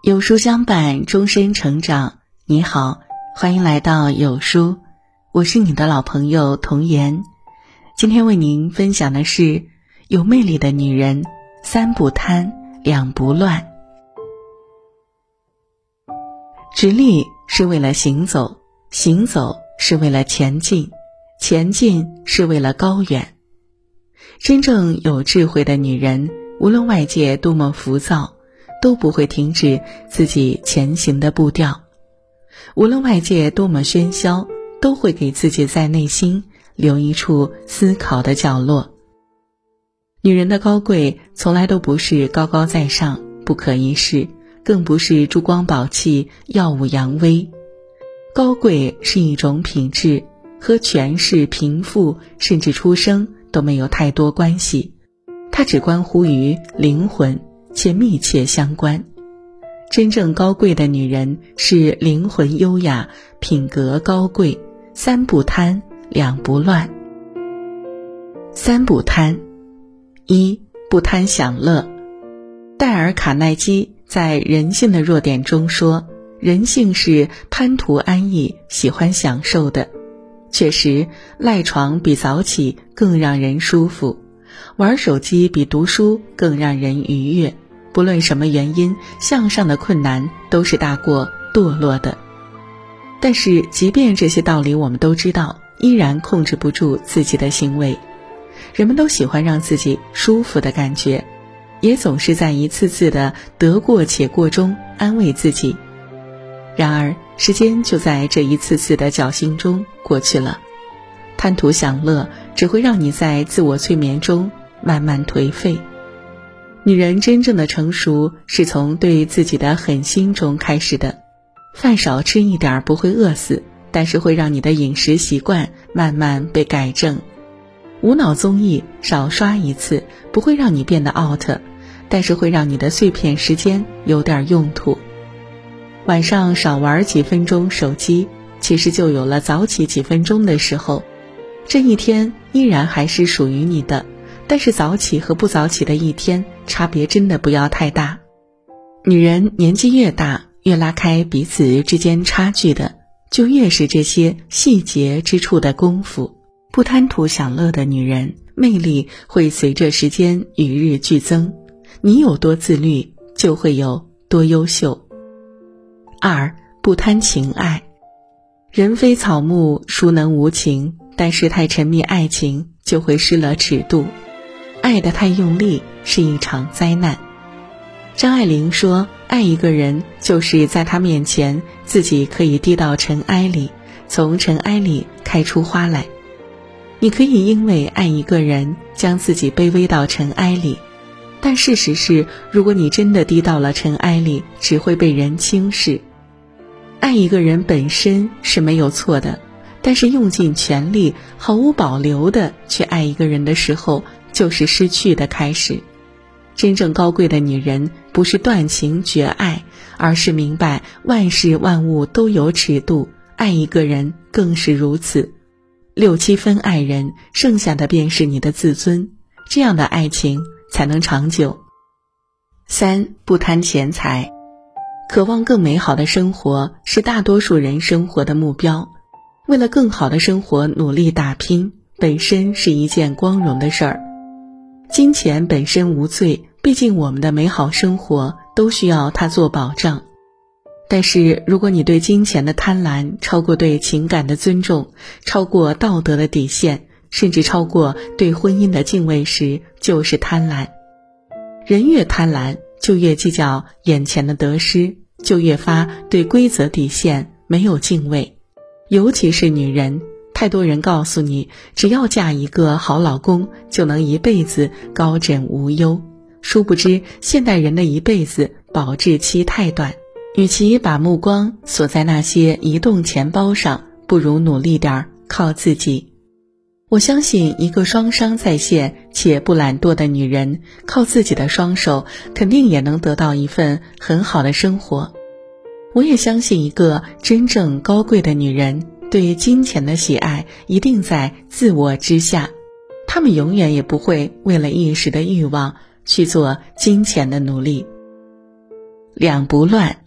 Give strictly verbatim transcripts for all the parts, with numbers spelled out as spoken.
有书相伴，终身成长。你好，欢迎来到有书，我是你的老朋友童言。今天为您分享的是有魅力的女人，三不贪，两不乱。直立是为了行走，行走是为了前进，前进是为了高远。真正有智慧的女人，无论外界多么浮躁，都不会停止自己前行的步调。无论外界多么喧嚣，都会给自己在内心留一处思考的角落。女人的高贵从来都不是高高在上，不可一世，更不是珠光宝气，耀武扬威。高贵是一种品质，和权势、贫富甚至出生都没有太多关系，它只关乎于灵魂，且密切相关。真正高贵的女人是灵魂优雅，品格高贵，三不贪，两不乱。三不贪：一、不贪享乐。戴尔·卡耐基在《人性的弱点》中说，人性是贪图安逸，喜欢享受的。确实，赖床比早起更让人舒服，玩手机比读书更让人愉悦。不论什么原因，向上的困难都是大过堕落的。但是即便这些道理我们都知道，依然控制不住自己的行为。人们都喜欢让自己舒服的感觉，也总是在一次次的得过且过中安慰自己。然而时间就在这一次次的侥幸中过去了。贪图享乐只会让你在自我催眠中慢慢颓废。女人真正的成熟是从对自己的狠心中开始的。饭少吃一点不会饿死，但是会让你的饮食习惯慢慢被改正。无脑综艺少刷一次不会让你变得 out， 但是会让你的碎片时间有点用途。晚上少玩几分钟手机，其实就有了早起几分钟的时候。这一天依然还是属于你的，但是早起和不早起的一天差别真的不要太大。女人年纪越大，越拉开彼此之间差距的，就越是这些细节之处的功夫。不贪图享乐的女人，魅力会随着时间与日俱增。你有多自律，就会有多优秀。二、不贪情爱。人非草木，孰能无情？但是太沉迷爱情，就会失了尺度。爱得太用力，是一场灾难。张爱玲说，爱一个人，就是在他面前，自己可以低到尘埃里，从尘埃里开出花来。你可以因为爱一个人，将自己卑微到尘埃里，但事实是，如果你真的低到了尘埃里，只会被人轻视。爱一个人本身是没有错的，但是用尽全力，毫无保留的去爱一个人的时候，就是失去的开始。真正高贵的女人，不是断情绝爱，而是明白万事万物都有尺度，爱一个人更是如此。六七分爱人，剩下的便是你的自尊，这样的爱情才能长久。三、不贪钱财。渴望更美好的生活，是大多数人生活的目标。为了更好的生活努力打拼，本身是一件光荣的事儿。金钱本身无罪，毕竟我们的美好生活都需要它做保障。但是如果你对金钱的贪婪超过对情感的尊重，超过道德的底线，甚至超过对婚姻的敬畏时，就是贪婪。人越贪婪，就越计较眼前的得失，就越发对规则底线没有敬畏。尤其是女人，太多人告诉你，只要嫁一个好老公，就能一辈子高枕无忧。殊不知，现代人的一辈子保质期太短，与其把目光锁在那些移动钱包上，不如努力点儿，靠自己。我相信一个双商在线且不懒惰的女人，靠自己的双手肯定也能得到一份很好的生活。我也相信一个真正高贵的女人，对金钱的喜爱一定在自我之下，她们永远也不会为了一时的欲望去做金钱的奴隶。两不乱。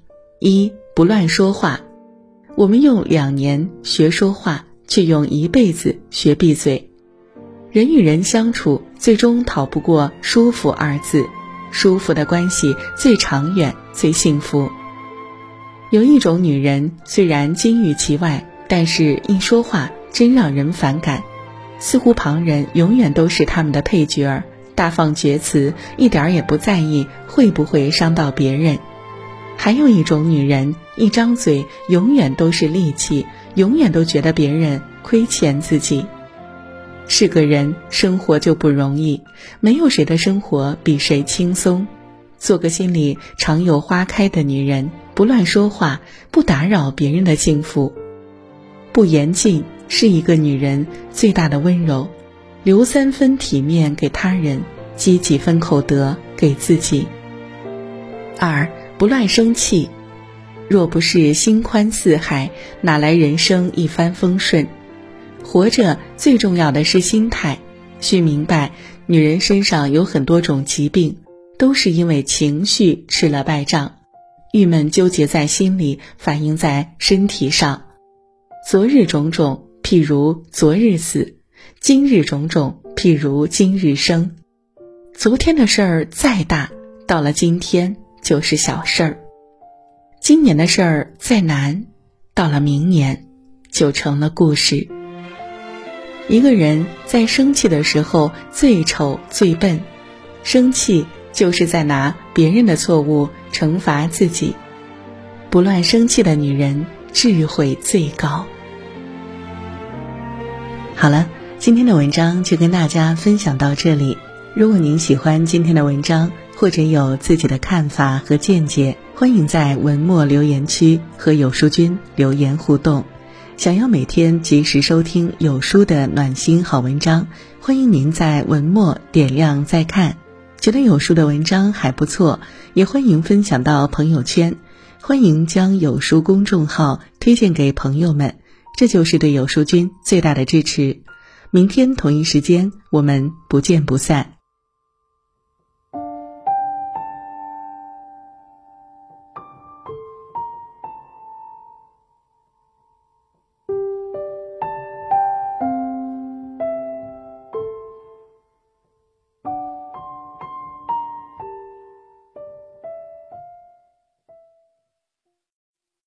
一、不乱说话。我们用两年学说话，却用一辈子学闭嘴。人与人相处，最终逃不过舒服二字，舒服的关系最长远，最幸福。有一种女人，虽然金玉其外，但是一说话真让人反感，似乎旁人永远都是他们的配角儿，大放厥词，一点也不在意会不会伤到别人。还有一种女人，一张嘴永远都是戾气，永远都觉得别人亏欠自己。是个人，生活就不容易，没有谁的生活比谁轻松。做个心里常有花开的女人，不乱说话，不打扰别人的幸福。不言尽是一个女人最大的温柔，留三分体面给他人，积几分口德给自己。二、不乱生气。若不是心宽似海，哪来人生一帆风顺？活着最重要的是心态，需明白女人身上有很多种疾病，都是因为情绪吃了败仗，郁闷纠结在心里，反映在身体上。昨日种种，譬如昨日死；今日种种，譬如今日生。昨天的事儿再大，到了今天就是小事儿；今年的事儿再难，到了明年就成了故事。一个人在生气的时候最丑最笨，生气就是在拿别人的错误惩罚自己。不乱生气的女人智慧最高。好了，今天的文章就跟大家分享到这里。如果您喜欢今天的文章，或者有自己的看法和见解，欢迎在文末留言区和有书君留言互动。想要每天及时收听有书的暖心好文章，欢迎您在文末点亮再看。觉得有书的文章还不错，也欢迎分享到朋友圈，欢迎将有书公众号推荐给朋友们，这就是对有书君最大的支持。明天同一时间，我们不见不散。